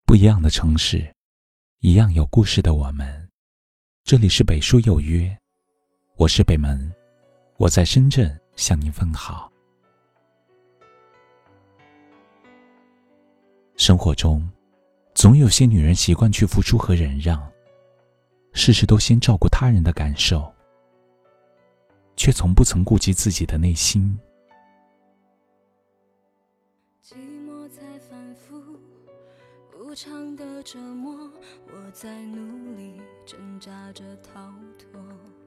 不一样的城市，一样有故事的我们。这里是北书有约，我是北门，我在深圳向您问好。生活中，总有些女人习惯去付出和忍让，事事都先照顾他人的感受，却从不曾顾及自己的内心。 寂寞在反复无常的折磨，我在努力挣扎着逃脱，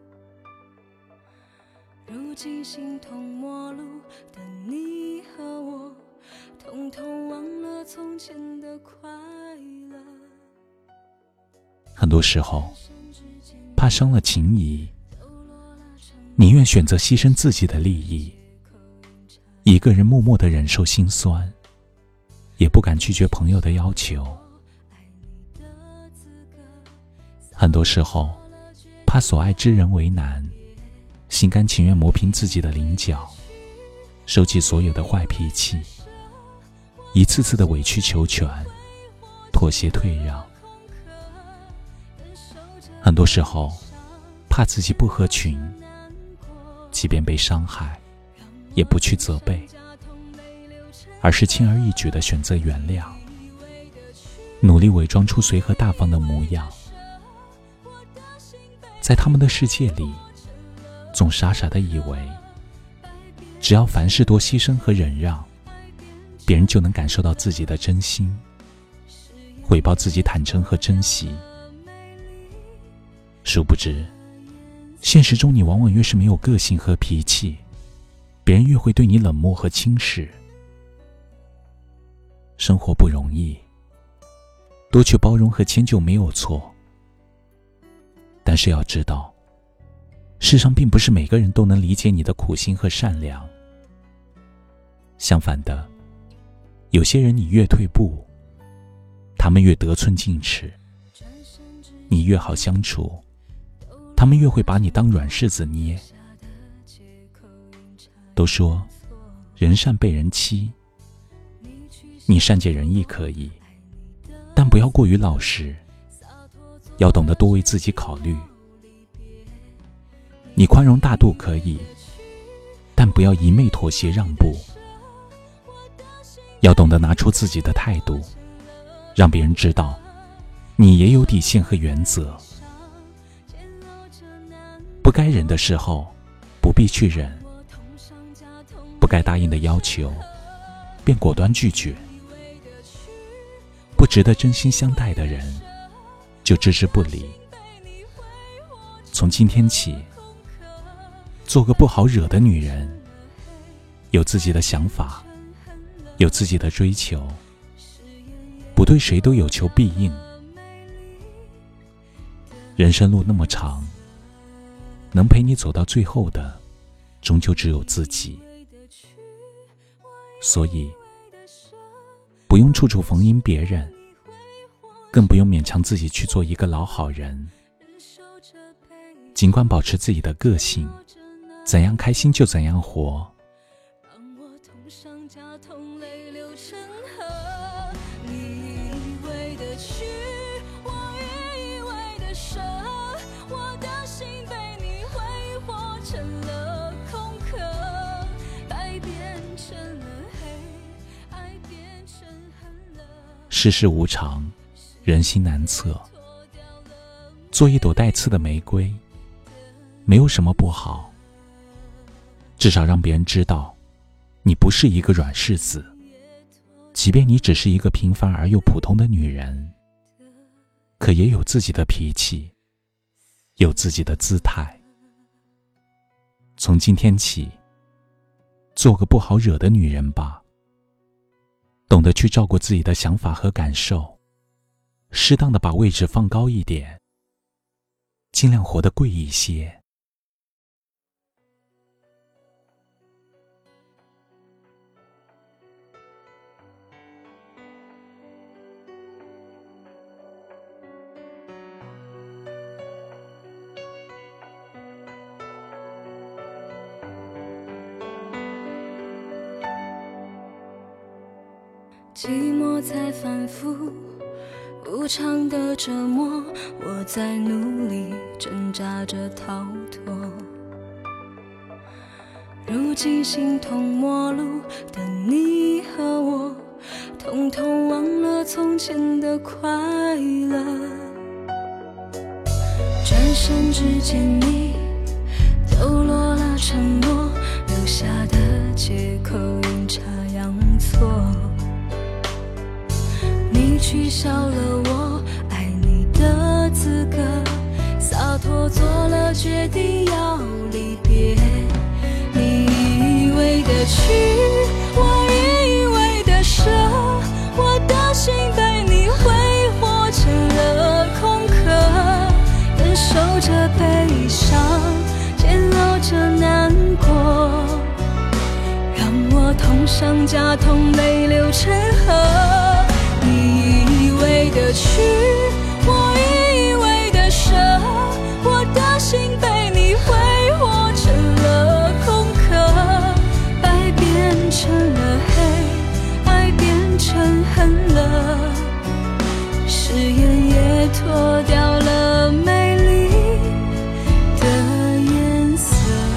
如今形同陌路的你和我，统统忘了从前的快乐。 很多时候怕伤了情谊，宁愿选择牺牲自己的利益，一个人默默地忍受心酸，也不敢拒绝朋友的要求。很多时候怕所爱之人为难，心甘情愿磨平自己的棱角，收起所有的坏脾气，一次次的委曲求全，妥协退让。很多时候怕自己不合群，即便被伤害也不去责备，而是轻而易举地选择原谅，努力伪装出随和大方的模样。在他们的世界里，总傻傻地以为只要凡事多牺牲和忍让，别人就能感受到自己的真心，回报自己坦诚和珍惜。殊不知，现实中你往往越是没有个性和脾气，别人越会对你冷漠和轻视。生活不容易，多去包容和迁就没有错，但是要知道，世上并不是每个人都能理解你的苦心和善良。相反的，有些人你越退步，他们越得寸进尺；你越好相处，他们越会把你当软柿子捏。都说人善被人欺，你善解人意可以，但不要过于老实，要懂得多为自己考虑。你宽容大度可以，但不要一昧妥协让步，要懂得拿出自己的态度，让别人知道你也有底线和原则。不该忍的时候不必去忍，不该答应的要求便果断拒绝，不值得真心相待的人就置之不理。从今天起，做个不好惹的女人，有自己的想法，有自己的追求，不对谁都有求必应。人生路那么长，能陪你走到最后的终究只有自己，所以不用处处逢迎别人，更不用勉强自己去做一个老好人。尽管保持自己的个性，怎样开心就怎样活。 让我痛上加痛，泪流成河。你以为的去，我也以为的舍，我的心被你挥霍成了空壳，白变成了黑，爱变成恨了。 世事无常，人心难测，做一朵带刺的玫瑰没有什么不好，至少让别人知道你不是一个软柿子，即便你只是一个平凡而又普通的女人，可也有自己的脾气，有自己的姿态。从今天起，做个不好惹的女人吧，懂得去照顾自己的想法和感受，适当的把位置放高一点，尽量活得贵一些。 寂寞在反复长的折磨，我在努力挣扎着逃脱。如今形同陌路的你和我，统统忘了从前的快乐。转身之间你抖落了承诺，留下的借口阴差阳错。你取消了我爱你的资格，洒脱做了决定要离别。你以为的去，我以为的舍，我的心被你挥霍成了空壳，忍受着悲伤，煎熬着难过，让我痛上加痛，泪流成河。你以为的去，我以为的舍，我的心被你挥霍成了空壳，白变成了黑，爱变成恨了，誓言也脱掉了美丽的颜色。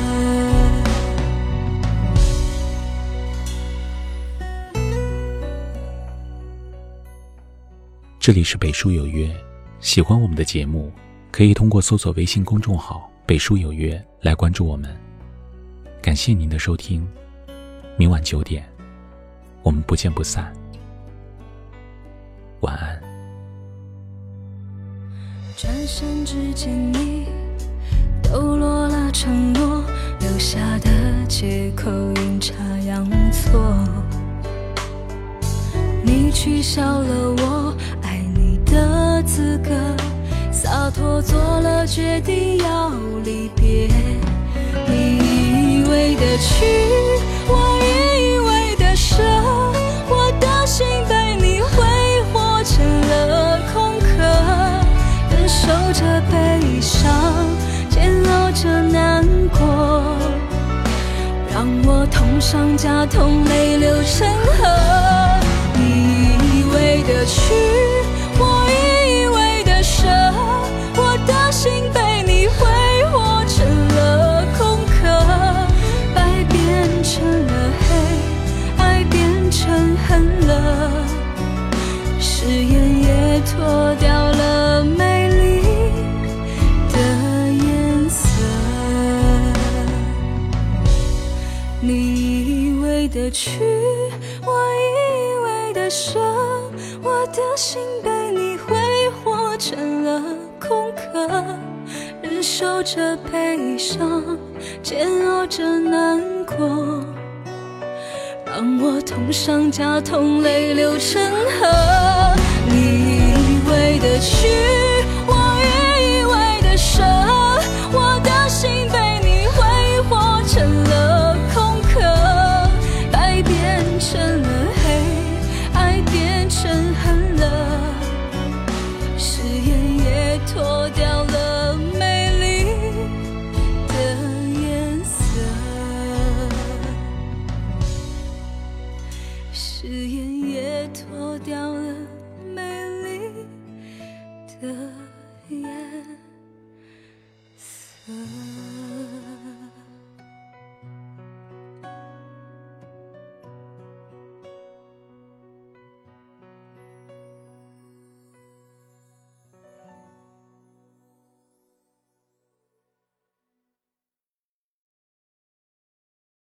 这里是北书有约，喜欢我们的节目，可以通过搜索微信公众号北书有约来关注我们。感谢您的收听，明晚9点，我们不见不散。晚安。 转身之间你抖落了承诺，留下的借口阴差阳错。你取消了我爱你的资格，洒脱做了决定要离别。你以为的去，我以为的舍，我的心被你挥霍成了空壳，忍受着悲伤，煎熬着难过，让我痛上加痛，泪流成河。你以为的去，我以为的舍，我的心被你挥霍成了空壳，白变成了黑，爱变成恨了，誓言也脱掉了美丽的颜色。你以为的去，我以为的舍，我的心被你挥霍成了空壳，忍受着悲伤，煎熬着难过，让我痛上加痛，泪流成河。